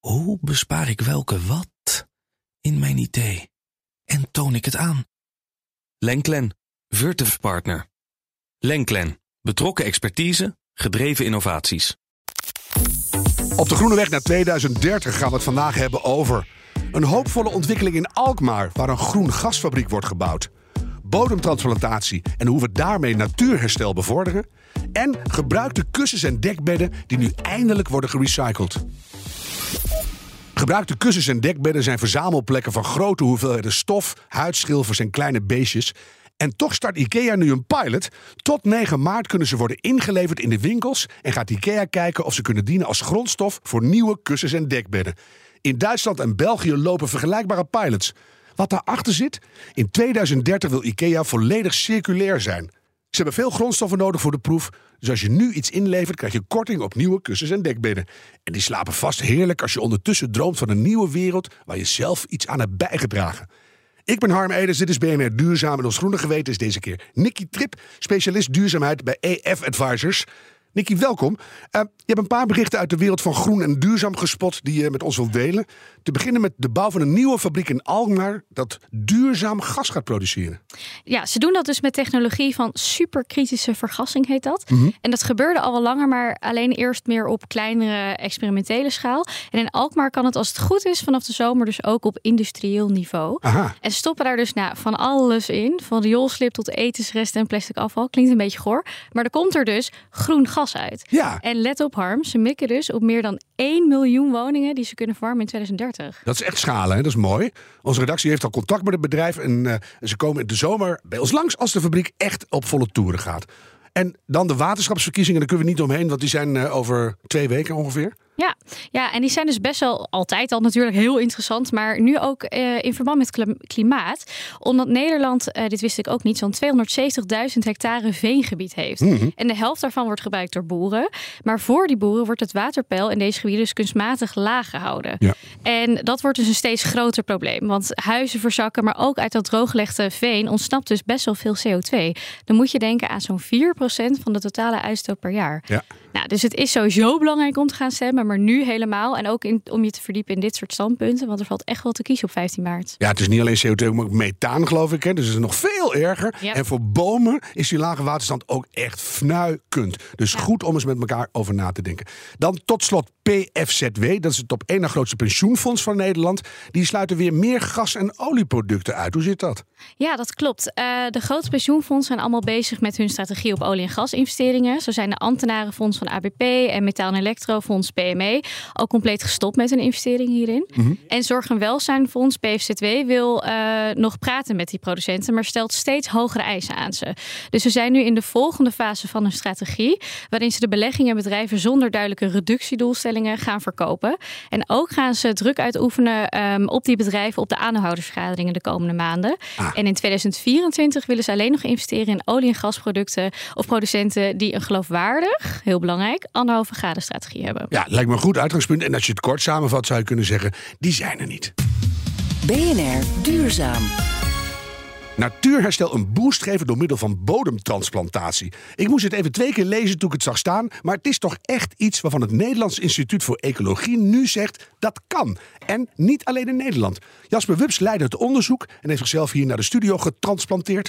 Hoe bespaar ik welke wat in mijn idee? En toon ik het aan? Lenklen, Virtuf Partner. Lenklen, betrokken expertise, gedreven innovaties. Op de groene weg naar 2030 gaan we het vandaag hebben over een hoopvolle ontwikkeling in Alkmaar, waar een groen gasfabriek wordt gebouwd. Bodemtransplantatie en hoe we daarmee natuurherstel bevorderen. En gebruikte kussens en dekbedden die nu eindelijk worden gerecycled. Gebruikte kussens en dekbedden zijn verzamelplekken van grote hoeveelheden stof, huidschilfers en kleine beestjes. En toch start IKEA nu een pilot. Tot 9 maart kunnen ze worden ingeleverd in de winkels en gaat IKEA kijken of ze kunnen dienen als grondstof voor nieuwe kussens en dekbedden. In Duitsland en België lopen vergelijkbare pilots. Wat daarachter zit? In 2030 wil IKEA volledig circulair zijn. Ze hebben veel grondstoffen nodig voor de proef. Dus als je nu iets inlevert, krijg je korting op nieuwe kussens en dekbedden. En die slapen vast heerlijk als je ondertussen droomt van een nieuwe wereld waar je zelf iets aan hebt bijgedragen. Ik ben Harm Edens, dit is BNR Duurzaam. En ons groene geweten is deze keer Nicky Trip, specialist duurzaamheid bij EF Advisors. Nicky, welkom. Je hebt een paar berichten uit de wereld van groen en duurzaam gespot die je met ons wilt delen. Te beginnen met de bouw van een nieuwe fabriek in Alkmaar dat duurzaam gas gaat produceren. Ja, ze doen dat dus met technologie van superkritische vergassing, heet dat. Mm-hmm. En dat gebeurde al wel langer, maar alleen eerst meer op kleinere experimentele schaal. En in Alkmaar kan het, als het goed is, vanaf de zomer dus ook op industrieel niveau. Aha. En ze stoppen daar dus van alles in. Van rioolslip tot etensresten en plastic afval. Klinkt een beetje goor. Maar er komt er dus groen gas uit. Ja. En let op, Harm, ze mikken dus op meer dan 1 miljoen woningen die ze kunnen verwarmen in 2030. Dat is echt schalen, hè? Dat is mooi. Onze redactie heeft al contact met het bedrijf en ze komen in de zomer bij ons langs als de fabriek echt op volle toeren gaat. En dan de waterschapsverkiezingen, daar kunnen we niet omheen, want die zijn over 2 weken ongeveer. Ja, en die zijn dus best wel altijd al natuurlijk heel interessant, maar nu ook in verband met klimaat. Omdat Nederland, dit wist ik ook niet, zo'n 270.000 hectare veengebied heeft. Mm-hmm. En de helft daarvan wordt gebruikt door boeren. Maar voor die boeren wordt het waterpeil in deze gebieden dus kunstmatig laag gehouden. Ja. En dat wordt dus een steeds groter probleem. Want huizen verzakken, maar ook uit dat drooggelegde veen ontsnapt dus best wel veel CO2. Dan moet je denken aan zo'n 4% van de totale uitstoot per jaar. Ja. Nou, dus het is sowieso belangrijk om te gaan stemmen, maar nu helemaal. En ook om je te verdiepen in dit soort standpunten, want er valt echt wel te kiezen op 15 maart. Ja, het is niet alleen CO2, maar ook methaan, geloof ik. Hè? Dus het is nog veel erger. Ja. En voor bomen is die lage waterstand ook echt fnuikend. Dus goed om eens met elkaar over na te denken. Dan tot slot PFZW, dat is het op 1 na grootste pensioenfonds van Nederland. Die sluiten weer meer gas- en olieproducten uit. Hoe zit dat? Ja, dat klopt. De grote pensioenfondsen zijn allemaal bezig met hun strategie op olie- en gasinvesteringen. Zo zijn de ambtenarenfonds van ABP en Metaal en Elektrofonds PME al compleet gestopt met hun investeringen hierin. Mm-hmm. En Zorg- en Welzijnfonds PFZW wil nog praten met die producenten, maar stelt steeds hogere eisen aan ze. Dus ze zijn nu in de volgende fase van hun strategie, waarin ze de beleggingen en bedrijven zonder duidelijke reductiedoelstellingen gaan verkopen. En ook gaan ze druk uitoefenen op die bedrijven op de aandeelhoudersvergaderingen de komende maanden. En in 2024 willen ze alleen nog investeren in olie- en gasproducten of producenten die een geloofwaardig, heel belangrijk, 1,5 graden strategie hebben. Ja, lijkt me een goed uitgangspunt. En als je het kort samenvat, zou je kunnen zeggen, die zijn er niet. BNR Duurzaam. Natuurherstel een boost geven door middel van bodemtransplantatie. Ik moest het even 2 keer lezen toen ik het zag staan, maar het is toch echt iets waarvan het Nederlands Instituut voor Ecologie nu zegt dat kan. En niet alleen in Nederland. Jasper Wups leidde het onderzoek en heeft zichzelf hier naar de studio getransplanteerd.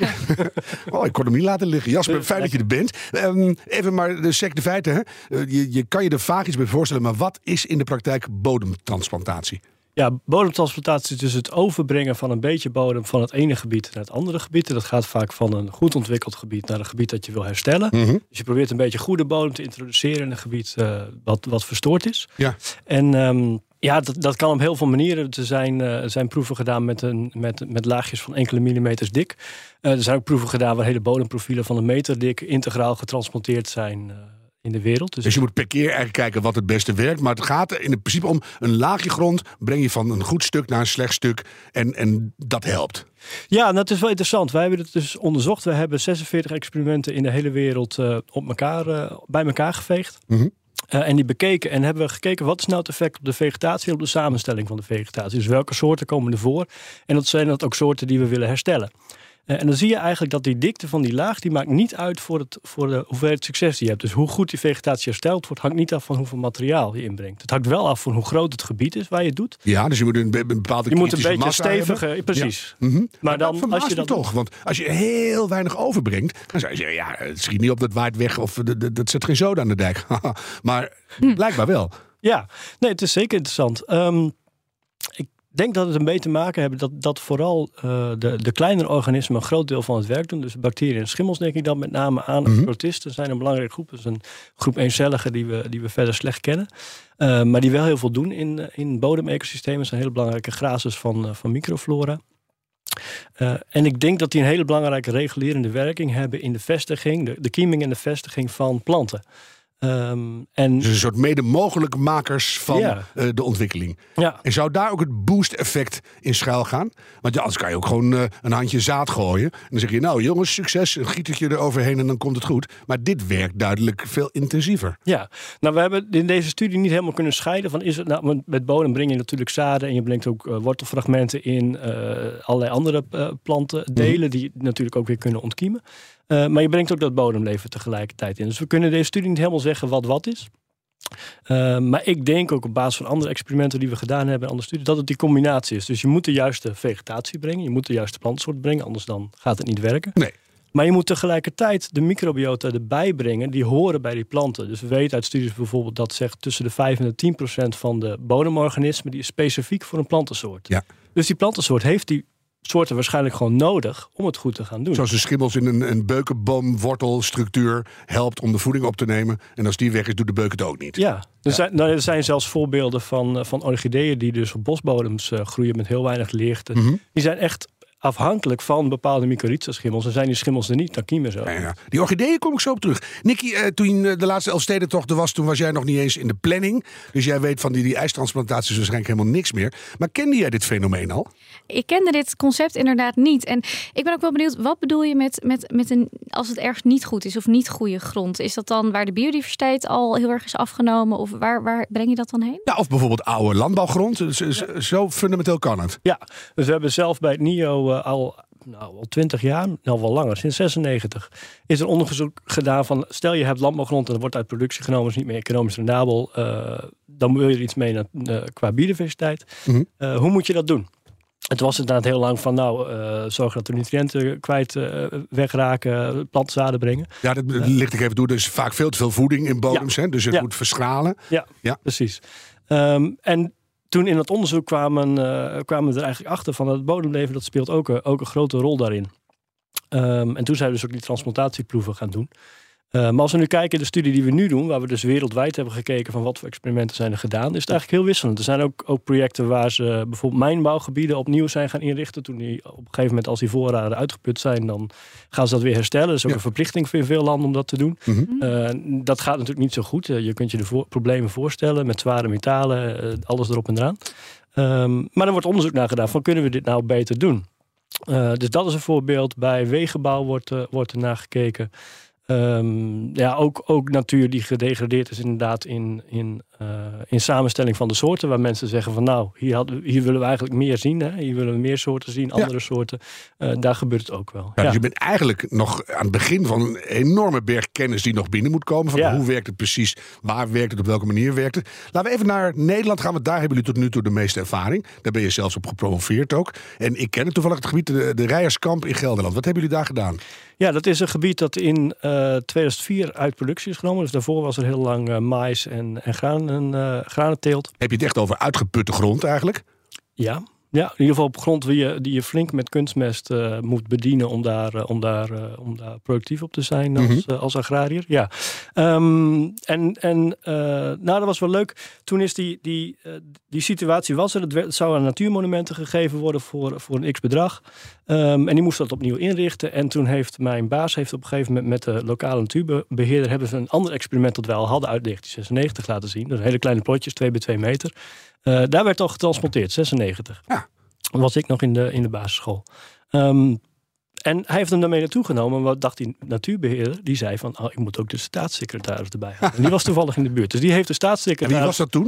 Ik kon hem niet laten liggen. Jasper, fijn dat je er bent. Even maar de feiten. Hè? Je kan je er vaag iets bij voorstellen, maar wat is in de praktijk bodemtransplantatie? Ja, bodemtransplantatie is dus het overbrengen van een beetje bodem van het ene gebied naar het andere gebied. En dat gaat vaak van een goed ontwikkeld gebied naar een gebied dat je wil herstellen. Mm-hmm. Dus je probeert een beetje goede bodem te introduceren in een gebied wat verstoord is. Ja. En dat kan op heel veel manieren. Er zijn proeven gedaan met laagjes van enkele millimeters dik. Er zijn ook proeven gedaan waar hele bodemprofielen van 1 meter dik integraal getransplanteerd zijn in de wereld. Dus je moet per keer eigenlijk kijken wat het beste werkt. Maar het gaat in principe om een laagje grond. Breng je van een goed stuk naar een slecht stuk. En dat helpt. Ja, dat is wel interessant. Wij hebben het dus onderzocht. We hebben 46 experimenten in de hele wereld bij elkaar geveegd. Mm-hmm. En die bekeken en hebben we gekeken wat is nou het effect op de vegetatie en op de samenstelling van de vegetatie. Dus welke soorten komen ervoor? En dat zijn ook soorten die we willen herstellen. En dan zie je eigenlijk dat die dikte van die laag, die maakt niet uit voor de hoeveelheid succes die je hebt. Dus hoe goed die vegetatie hersteld wordt, hangt niet af van hoeveel materiaal je inbrengt. Het hangt wel af van hoe groot het gebied is waar je het doet. Ja, dus je moet een bepaalde je moet een beetje massa stevige, hebben. precies. Ja. Mm-hmm. Maar dan, als je dat toch, want als je heel weinig overbrengt, dan zou je zeggen, ja, het schiet niet op, dat waait weg of dat zet geen zoden aan de dijk. Maar blijkbaar wel. Ja, nee, het is zeker interessant. Ik denk dat het een beetje te maken hebben dat vooral de kleinere organismen een groot deel van het werk doen. Dus bacteriën en schimmels denk ik dan met name aan. Mm-hmm. Protisten zijn een belangrijke groep. Dat is een groep eencelligen die we verder slecht kennen. Maar die wel heel veel doen in bodemecosystemen. Dat zijn hele belangrijke grazers van microflora. En ik denk dat die een hele belangrijke regulerende werking hebben in de vestiging, de kieming en de vestiging van planten. Dus een soort mede-mogelijkmakers van de ontwikkeling. Ja. En zou daar ook het boost-effect in schuil gaan? Want anders kan je ook gewoon een handje zaad gooien. En dan zeg je, nou jongens, succes, een gietertje eroverheen en dan komt het goed. Maar dit werkt duidelijk veel intensiever. Ja, nou we hebben in deze studie niet helemaal kunnen scheiden van is het nou, met bodem breng je natuurlijk zaden en je brengt ook wortelfragmenten in allerlei andere plantendelen die natuurlijk ook weer kunnen ontkiemen. Maar je brengt ook dat bodemleven tegelijkertijd in. Dus we kunnen deze studie niet helemaal zeggen wat is. Maar ik denk ook op basis van andere experimenten die we gedaan hebben in andere studies, dat het die combinatie is. Dus je moet de juiste vegetatie brengen, je moet de juiste plantsoort brengen, anders dan gaat het niet werken. Nee. Maar je moet tegelijkertijd de microbiota erbij brengen die horen bij die planten. Dus we weten uit studies bijvoorbeeld dat zegt tussen de 5 en de 10% van de bodemorganismen die is specifiek voor een plantensoort. Ja. Dus die plantensoort heeft die soorten waarschijnlijk gewoon nodig om het goed te gaan doen. Zoals de schimmels in een beukenboomwortelstructuur helpt om de voeding op te nemen. En als die weg is, doet de beuk het ook niet. Ja, er zijn zelfs voorbeelden van orchideeën die dus op bosbodems groeien met heel weinig licht. Mm-hmm. Die zijn echt afhankelijk van bepaalde mycorrhiza-schimmels. En zijn die schimmels er niet, dan kiemen ze ook. Ja. Die orchideeën kom ik zo op terug. Nicky, toen de laatste Elfstedentocht er was, toen was jij nog niet eens in de planning. Dus jij weet van die ijstransplantaties waarschijnlijk helemaal niks meer. Maar kende jij dit fenomeen al? Ik kende dit concept inderdaad niet. En ik ben ook wel benieuwd, wat bedoel je met een, als het ergens niet goed is of niet goede grond? Is dat dan waar de biodiversiteit al heel erg is afgenomen? Of waar breng je dat dan heen? Ja, of bijvoorbeeld oude landbouwgrond. Zo fundamenteel kan het. Ja, dus we hebben zelf bij het NIO al 20 jaar, nou wel langer, sinds 96, is er onderzoek gedaan van, stel je hebt landbouwgrond en dat wordt uit productie genomen, is niet meer economisch rendabel, dan wil je er iets mee qua biodiversiteit. Mm-hmm. Hoe moet je dat doen? Het was inderdaad heel lang van, zorgen dat de nutriënten kwijt wegraken, plantzaden brengen. Ja, dat licht ik even toe. Er is vaak veel te veel voeding in bodems, hè? Dus het moet verschralen. Ja, precies. En toen in dat onderzoek kwamen we er eigenlijk achter van dat het bodemleven, dat speelt ook een grote rol daarin. En toen zijn we dus ook die transplantatieproeven gaan doen. Maar als we nu kijken in de studie die we nu doen, waar we dus wereldwijd hebben gekeken van wat voor experimenten zijn er gedaan, is het eigenlijk heel wisselend. Er zijn ook projecten waar ze bijvoorbeeld mijnbouwgebieden opnieuw zijn gaan inrichten. Toen die op een gegeven moment, als die voorraden uitgeput zijn, dan gaan ze dat weer herstellen. Dat is ook een verplichting voor veel landen om dat te doen. Mm-hmm. Dat gaat natuurlijk niet zo goed. Je kunt je de problemen voorstellen met zware metalen, alles erop en eraan. Maar er wordt onderzoek naar gedaan van, kunnen we dit nou beter doen? Dus dat is een voorbeeld. Bij wegenbouw wordt er naar gekeken. Ook natuur die gedegradeerd is inderdaad in samenstelling van de soorten. Waar mensen zeggen van hier willen we eigenlijk meer zien. Hè? Hier willen we meer soorten zien, andere soorten. Daar gebeurt het ook wel. Ja, dus je bent eigenlijk nog aan het begin van een enorme berg kennis die nog binnen moet komen. Van hoe werkt het precies? Waar werkt het? Op welke manier werkt het? Laten we even naar Nederland gaan. Want daar hebben jullie tot nu toe de meeste ervaring. Daar ben je zelfs op gepromoveerd ook. En ik ken het toevallig het gebied, de Rijerskamp in Gelderland. Wat hebben jullie daar gedaan? Ja, dat is een gebied dat in 2004 uit productie is genomen. Dus daarvoor was er heel lang maïs en granenteelt. Heb je het echt over uitgeputte grond eigenlijk? Ja, in ieder geval op grond die je flink met kunstmest moet bedienen om daar productief op te zijn als agrariër. Ja. Dat was wel leuk. Toen is die situatie was er. Het zou aan natuurmonumenten gegeven worden voor een x-bedrag. En die moest dat opnieuw inrichten. En toen heeft mijn baas op een gegeven moment met de lokale natuurbeheerder hebben ze een ander experiment dat wij al hadden uit 1996 laten zien. Dus hele kleine plotjes, 2 bij 2 meter. Daar werd al getransplanteerd, 96. Ja. Was ik nog in de basisschool. En hij heeft hem daarmee naartoe genomen. Wat dacht die natuurbeheerder? Die zei van, ik moet ook de staatssecretaris erbij halen. En die was toevallig in de buurt. Dus die heeft de staatssecretaris... En wie was dat toen?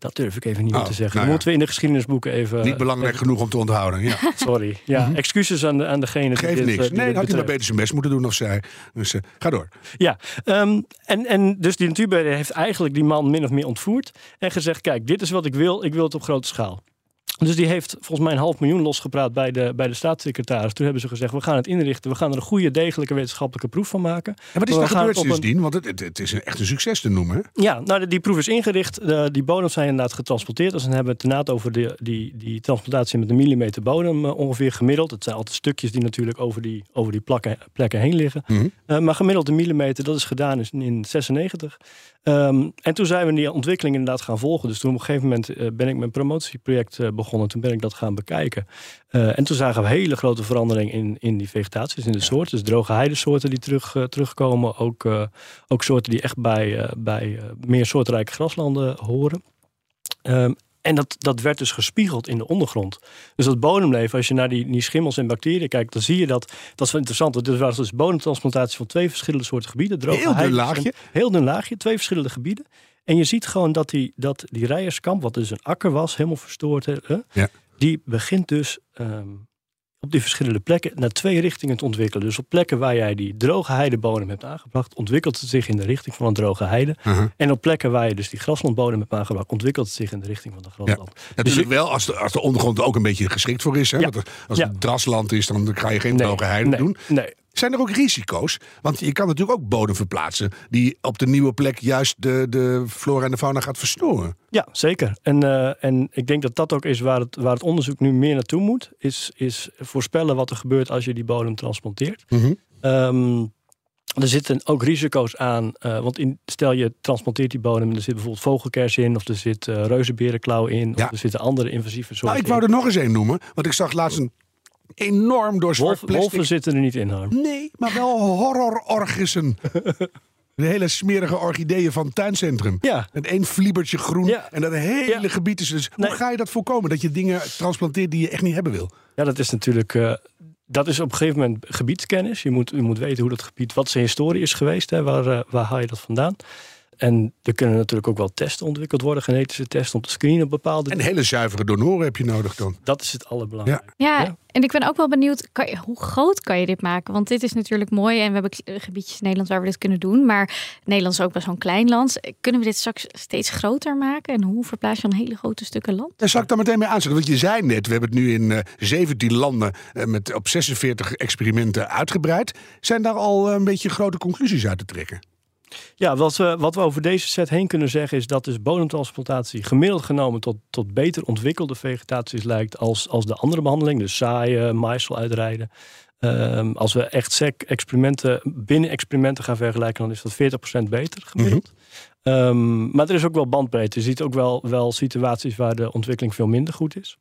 Dat durf ik even niet meer te zeggen. Nou Dan moeten we in de geschiedenisboeken even... Niet belangrijk genoeg om te onthouden. Ja. Sorry. Ja, excuses aan degene Geeft die dit, niks. die Nee, dit dan had hij maar betreft. beter zijn best moeten doen of zij. Dus ga door. Ja, en dus die natuurbeheerder heeft eigenlijk die man min of meer ontvoerd. En gezegd, kijk, dit is wat ik wil. Ik wil het op grote schaal. Dus die heeft volgens mij 500.000 losgepraat bij de staatssecretaris. Toen hebben ze gezegd, we gaan het inrichten. We gaan er een goede, degelijke wetenschappelijke proef van maken. En wat is We er gaan gebeurd het op sindsdien? Want het is echt een succes te noemen. Hè? Ja, nou, die proef is ingericht. Die bodems zijn inderdaad getransporteerd. Dus dan hebben we het inderdaad over die transplantatie met een millimeter bodem ongeveer gemiddeld. Het zijn altijd stukjes die natuurlijk over die plekken heen liggen. Maar gemiddeld een millimeter, dat is gedaan in 1996. En toen zijn we die ontwikkeling inderdaad gaan volgen. Dus toen op een gegeven moment ben ik mijn promotieproject begonnen. Toen ben ik dat gaan bekijken. En toen zagen we hele grote verandering in die vegetatie, dus in de soorten. Dus droge heidesoorten die terugkomen. Ook soorten die echt bij meer soortrijke graslanden horen. En dat werd dus gespiegeld in de ondergrond. Dus dat bodemleven, als je naar die schimmels en bacteriën kijkt, dan zie je dat is wel interessant. Dit was dus bodemtransplantatie van 2 verschillende soorten gebieden. Heel dun laagje. Heel dun laagje, 2 verschillende gebieden. En je ziet gewoon dat die Rijerskamp, wat dus een akker was, helemaal verstoord, die begint dus op die verschillende plekken naar 2 richtingen te ontwikkelen. Dus op plekken waar jij die droge heidebodem hebt aangebracht, ontwikkelt het zich in de richting van een droge heide. En op plekken waar je dus die graslandbodem hebt aangebracht, ontwikkelt het zich in de richting van de grasland. Ja. Natuurlijk wel, als de ondergrond er ook een beetje geschikt voor is. Hè? Ja. Want als het drasland is, dan ga je geen droge heide doen. Nee. Zijn er ook risico's? Want je kan natuurlijk ook bodem verplaatsen die op de nieuwe plek juist de flora en de fauna gaat verstoren. Ja, zeker. En ik denk dat dat ook is waar het onderzoek nu meer naartoe moet. Is voorspellen wat er gebeurt als je die bodem transplanteert. Er zitten ook risico's aan. Want stel je transplanteert die bodem en er zit bijvoorbeeld vogelkers in, of er zit reuzenberenklauw in, of er zitten andere invasieve soorten Nou, ik wou er nog eens één noemen. Want ik zag laatst een enorm door zwart plastic. Wolven zitten er niet in, Harm. Nee, maar wel horrororgissen. De hele smerige orchideeën van het tuincentrum. Ja. En 1 vliebertje groen. Ja. En dat hele gebied is dus... Hoe ga je dat voorkomen? Dat je dingen transplanteert die je echt niet hebben wil? Ja, dat is natuurlijk... dat is op een gegeven moment gebiedskennis. Je moet weten hoe dat gebied... Wat zijn historie is geweest. Hè? Waar haal je dat vandaan? En er kunnen natuurlijk ook wel testen ontwikkeld worden. Genetische testen om te screenen op bepaalde... En hele zuivere donoren heb je nodig dan. Dat is het allerbelangrijkste. Ja, en ik ben ook wel benieuwd, hoe groot kan je dit maken? Want dit is natuurlijk mooi en we hebben gebiedjes in Nederland waar we dit kunnen doen. Maar Nederland is ook best wel een klein land. Kunnen we dit straks steeds groter maken? En hoe verplaats je dan hele grote stukken land? Daar zal ik dan meteen mee aanzetten. Want je zei net, we hebben het nu in 17 landen op 46 experimenten uitgebreid. Zijn daar al een beetje grote conclusies uit te trekken? Ja, wat we over deze set heen kunnen zeggen is dat dus bodemtransplantatie gemiddeld genomen tot beter ontwikkelde vegetaties lijkt als de andere behandeling. Dus zaaien, maaisel uitrijden. Als we echt binnen experimenten gaan vergelijken, dan is dat 40% beter gemiddeld. Maar er is ook wel bandbreedte. Je ziet ook wel situaties waar de ontwikkeling veel minder goed is.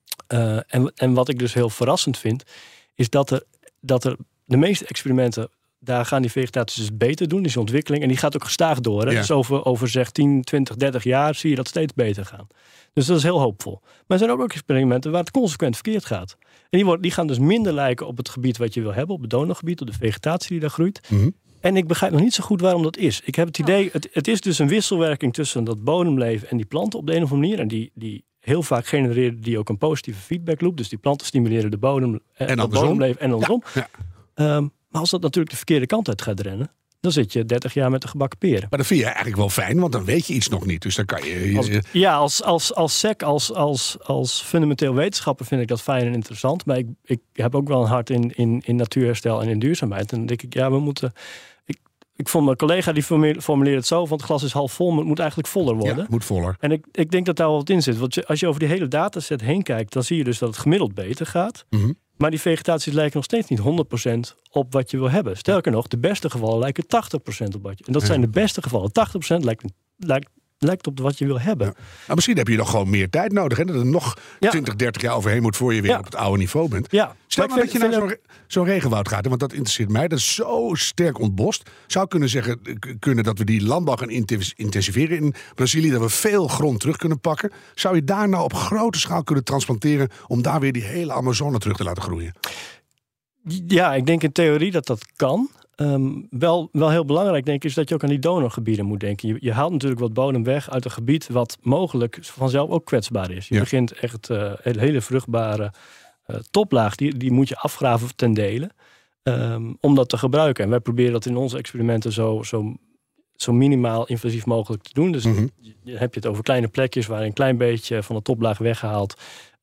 En wat ik dus heel verrassend vind, is dat er de meeste experimenten, daar gaan die vegetaties dus beter doen, die ontwikkeling. En die gaat ook gestaag door. Hè? Ja. Dus over zeg 10, 20, 30 jaar zie je dat steeds beter gaan. Dus dat is heel hoopvol. Maar er zijn ook experimenten waar het consequent verkeerd gaat. En die gaan dus minder lijken op het gebied wat je wil hebben, op het donorgebied, op de vegetatie die daar groeit. En ik begrijp nog niet zo goed waarom dat is. Ik heb het idee, het is dus een wisselwerking tussen dat bodemleven en die planten op de een of andere manier. En die heel vaak genereren die ook een positieve feedback loop. Dus die planten stimuleren de bodem en het bodemleven en andersom. Ja. Maar als dat natuurlijk de verkeerde kant uit gaat rennen, dan zit je 30 jaar met de gebakken peren. Maar dat vind je eigenlijk wel fijn, want dan weet je iets nog niet. Dus dan kan je... Als SEC, als fundamenteel wetenschapper vind ik dat fijn en interessant. Maar ik heb ook wel een hart in natuurherstel en in duurzaamheid. En dan denk ik, ja, we moeten... Ik vond mijn collega die formuleerde het zo, van het glas is half vol, maar het moet eigenlijk voller worden. Ja, het moet voller. En ik denk dat daar wel wat in zit. Want als je over die hele dataset heen kijkt, dan zie je dus dat het gemiddeld beter gaat. Maar die vegetaties lijken nog steeds niet 100% op wat je wil hebben. Sterker nog, de beste gevallen lijken 80% op wat je... En dat zijn de beste gevallen. 80% lijkt op wat je wil hebben. Ja. Nou, misschien heb je nog gewoon meer tijd nodig. Hè? Dat er nog 20, 30 jaar overheen moet voor je weer op het oude niveau bent. Ja. Stel maar dat je naar zo'n regenwoud gaat. Want dat interesseert mij. Dat is zo sterk ontbost. Zou kunnen dat we die landbouw gaan intensiveren in Brazilië. Dat we veel grond terug kunnen pakken. Zou je daar nou op grote schaal kunnen transplanteren om daar weer die hele Amazone terug te laten groeien? Ja, ik denk in theorie dat kan. Wel heel belangrijk, denk ik, is dat je ook aan die donorgebieden moet denken. Je haalt natuurlijk wat bodem weg uit een gebied wat mogelijk vanzelf ook kwetsbaar is. Je begint echt een hele vruchtbare toplaag, die moet je afgraven ten dele om dat te gebruiken. En wij proberen dat in onze experimenten zo minimaal invasief mogelijk te doen. Dus heb je het over kleine plekjes waar een klein beetje van de toplaag weggehaald.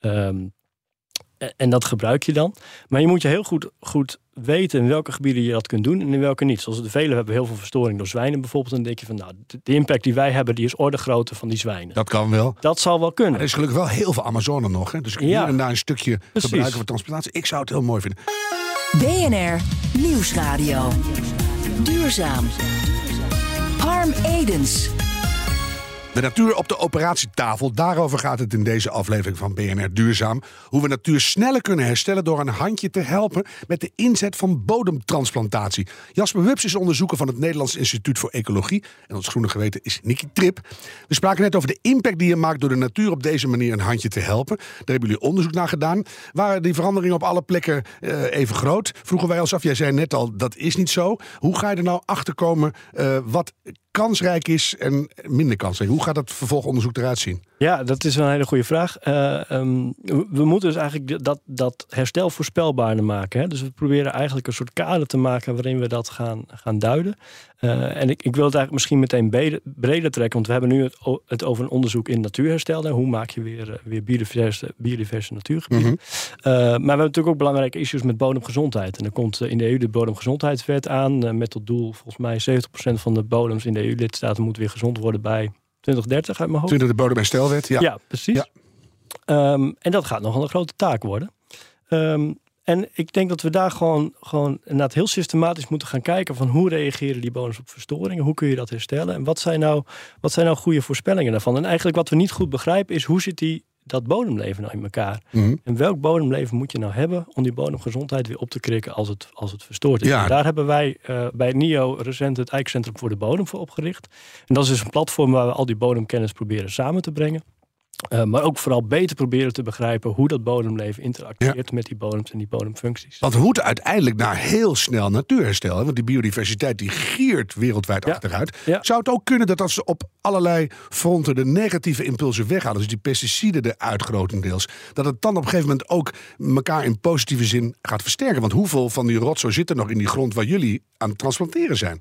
En dat gebruik je dan. Maar je moet je heel goed weten in welke gebieden je dat kunt doen en in welke niet. Zoals de Veluwe hebben we heel veel verstoring door zwijnen bijvoorbeeld. Dan denk je van, nou, de impact die wij hebben, die is orde grootte van die zwijnen. Dat kan wel. Dat zal wel kunnen. Maar er is gelukkig wel heel veel Amazone nog. Hè? Dus hier en daar een stukje gebruiken voor transplantatie. Ik zou het heel mooi vinden. BNR Nieuwsradio. Duurzaam. Harm Edens. De natuur op de operatietafel, daarover gaat het in deze aflevering van BNR Duurzaam. Hoe we natuur sneller kunnen herstellen door een handje te helpen met de inzet van bodemtransplantatie. Jasper Wups is onderzoeker van het Nederlands Instituut voor Ecologie. En ons groene geweten is Nicky Trip. We spraken net over de impact die je maakt door de natuur op deze manier een handje te helpen. Daar hebben jullie onderzoek naar gedaan. Waren die veranderingen op alle plekken even groot? Vroegen wij ons af, jij zei net al, dat is niet zo. Hoe ga je er nou achter komen wat kansrijk is en minder kansrijk? Hoe gaat dat vervolgonderzoek eruit zien? Ja, dat is wel een hele goede vraag. We moeten dus eigenlijk dat herstel voorspelbaarder maken. Hè? Dus we proberen eigenlijk een soort kader te maken waarin we dat gaan duiden. En ik wil het eigenlijk misschien meteen breder trekken, want we hebben nu het over een onderzoek in natuurherstel. Hoe maak je weer biodiverse natuurgebieden? Maar we hebben natuurlijk ook belangrijke issues met bodemgezondheid. En er komt in de EU de bodemgezondheidswet aan, met tot doel volgens mij 70% van de bodems in de EU-lidstaten moet weer gezond worden bij 2030 uit mijn hoofd. 20 de bodemherstelwet, ja. Ja, precies. Ja. En dat gaat nogal een grote taak worden. En ik denk dat we daar gewoon inderdaad heel systematisch moeten gaan kijken van hoe reageren die bodems op verstoringen, hoe kun je dat herstellen en wat zijn nou goede voorspellingen daarvan. En eigenlijk wat we niet goed begrijpen is hoe zit dat bodemleven nou in elkaar? En welk bodemleven moet je nou hebben om die bodemgezondheid weer op te krikken als het verstoord is? Ja. Daar hebben wij bij het NIO recent het Eikcentrum voor de Bodem voor opgericht. En dat is dus een platform waar we al die bodemkennis proberen samen te brengen. Maar ook vooral beter proberen te begrijpen hoe dat bodemleven interacteert met die bodems en die bodemfuncties. Want we moeten uiteindelijk naar heel snel natuurherstel. Hè? Want die biodiversiteit die giert wereldwijd achteruit. Ja. Zou het ook kunnen dat als ze op allerlei fronten de negatieve impulsen weghalen, dus die pesticiden eruit grotendeels, dat het dan op een gegeven moment ook elkaar in positieve zin gaat versterken? Want hoeveel van die rotzooi zit er nog in die grond waar jullie aan het transplanteren zijn?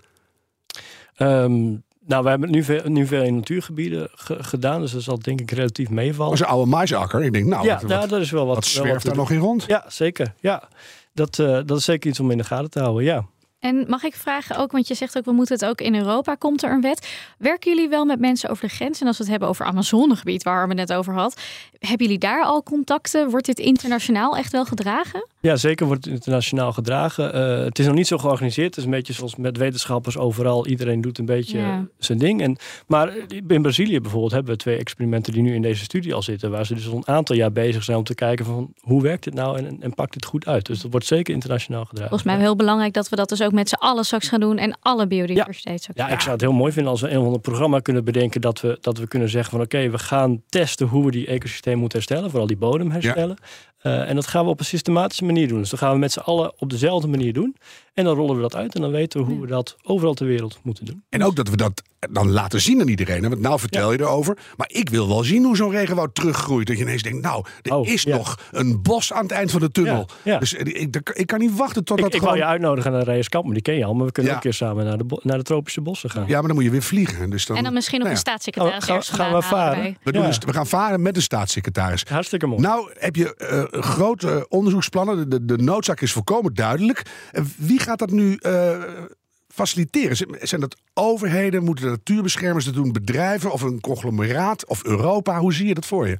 Nou, we hebben nu veel in natuurgebieden gedaan, dus dat zal denk ik relatief meevallen. Dat is een oude maisakker. Ik denk, nou, dat is wel wat zwerft daar nog in rond. Ja, zeker. Ja. Dat is zeker iets om in de gaten te houden, ja. En mag ik vragen ook, want je zegt ook, we moeten het ook in Europa, komt er een wet. Werken jullie wel met mensen over de grens? En als we het hebben over Amazonegebied, waar we het net over had, hebben jullie daar al contacten? Wordt dit internationaal echt wel gedragen? Ja, zeker wordt het internationaal gedragen. Het is nog niet zo georganiseerd. Het is een beetje zoals met wetenschappers overal. Iedereen doet een beetje zijn ding. Maar in Brazilië bijvoorbeeld hebben we 2 experimenten die nu in deze studie al zitten, waar ze dus al een aantal jaar bezig zijn om te kijken van hoe werkt dit nou en pakt dit goed uit. Dus dat wordt zeker internationaal gedragen. Volgens mij heel belangrijk dat we dat dus ook met z'n allen straks gaan doen en alle biodiversiteit. Ja, ik zou het heel mooi vinden als we een programma kunnen bedenken dat we kunnen zeggen van oké, we gaan testen hoe we die ecosysteem moeten herstellen, vooral die bodem herstellen. En dat gaan we op een systematische manier doen. Dus dan gaan we met z'n allen op dezelfde manier doen. En dan rollen we dat uit en dan weten we hoe we dat overal ter wereld moeten doen. En ook dat we dat dan laten zien aan iedereen. Want nou vertel je erover. Maar ik wil wel zien hoe zo'n regenwoud teruggroeit. Dat je ineens denkt, nou, er is nog een bos aan het eind van de tunnel. Ja. Dus ik kan niet wachten tot dat ik wou je uitnodigen naar Reyes Kamp, maar die ken je al. Maar we kunnen ook een keer samen naar de tropische bossen gaan. Ja, maar dan moet je weer vliegen. Dus en dan misschien nog een staatssecretaris. Gaan we varen? We gaan varen met de staatssecretaris. Hartstikke mooi. Nou, heb je grote onderzoeksplannen. De noodzaak is volkomen duidelijk. Wie gaat dat nu faciliteren? Zijn dat overheden? Moeten de natuurbeschermers dat doen? Bedrijven of een conglomeraat? Of Europa? Hoe zie je dat voor je?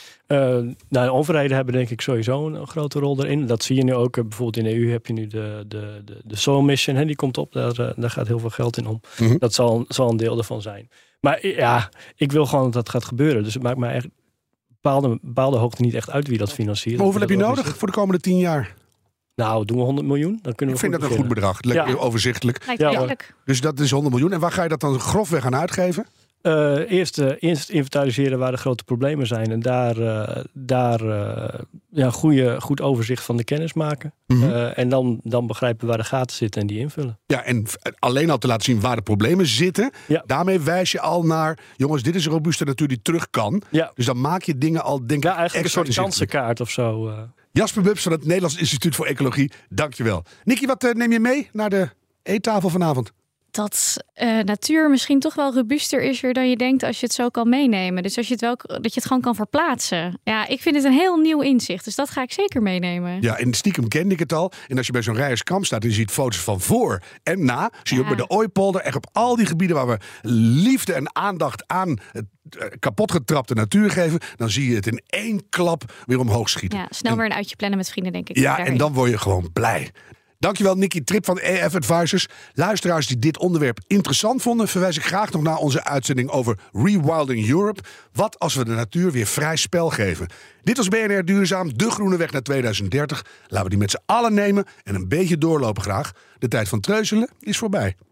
De overheden hebben denk ik sowieso een grote rol erin. Dat zie je nu ook. Bijvoorbeeld in de EU heb je nu de Soil Mission. Die komt op. Daar gaat heel veel geld in om. Mm-hmm. Dat zal een deel ervan zijn. Maar ja, ik wil gewoon dat dat gaat gebeuren. Dus het maakt mij echt bepaalde hoogte niet echt uit wie dat financiert. Maar hoeveel heb je nodig voor de komende 10 jaar? Nou, doen we 100 miljoen. Dan kunnen we ik vind dat een goed bedrag. Lekker overzichtelijk. Dus dat is 100 miljoen. En waar ga je dat dan grofweg aan uitgeven? Eerst inventariseren waar de grote problemen zijn. En daar goed overzicht van de kennis maken. En dan begrijpen waar de gaten zitten en die invullen. Ja, en alleen al te laten zien waar de problemen zitten. Ja. Daarmee wijs je al naar, jongens, dit is een robuuste natuur die terug kan. Ja. Dus dan maak je dingen al, denk ik, eigenlijk een soort kansenkaart of zo. Jasper Bubs van het Nederlands Instituut voor Ecologie, dankjewel. Nicky, wat neem je mee naar de eettafel vanavond? Dat natuur misschien toch wel robuuster is weer dan je denkt als je het zo kan meenemen. Dus als je dat je het gewoon kan verplaatsen. Ja, ik vind het een heel nieuw inzicht. Dus dat ga ik zeker meenemen. Ja, en stiekem kende ik het al. En als je bij zo'n Rijerskamp staat en je ziet foto's van voor en na. Zie je ook bij de Ooipolder echt op al die gebieden waar we liefde en aandacht aan het kapotgetrapte natuur geven. Dan zie je het in 1 klap weer omhoog schieten. Ja, snel weer een uitje plannen met vrienden, denk ik. Ja, en dan word je gewoon blij. Dankjewel Nicky Trip van EF Advisors. Luisteraars die dit onderwerp interessant vonden, verwijs ik graag nog naar onze uitzending over Rewilding Europe. Wat als we de natuur weer vrij spel geven? Dit was BNR Duurzaam, de groene weg naar 2030. Laten we die met z'n allen nemen en een beetje doorlopen graag. De tijd van treuzelen is voorbij.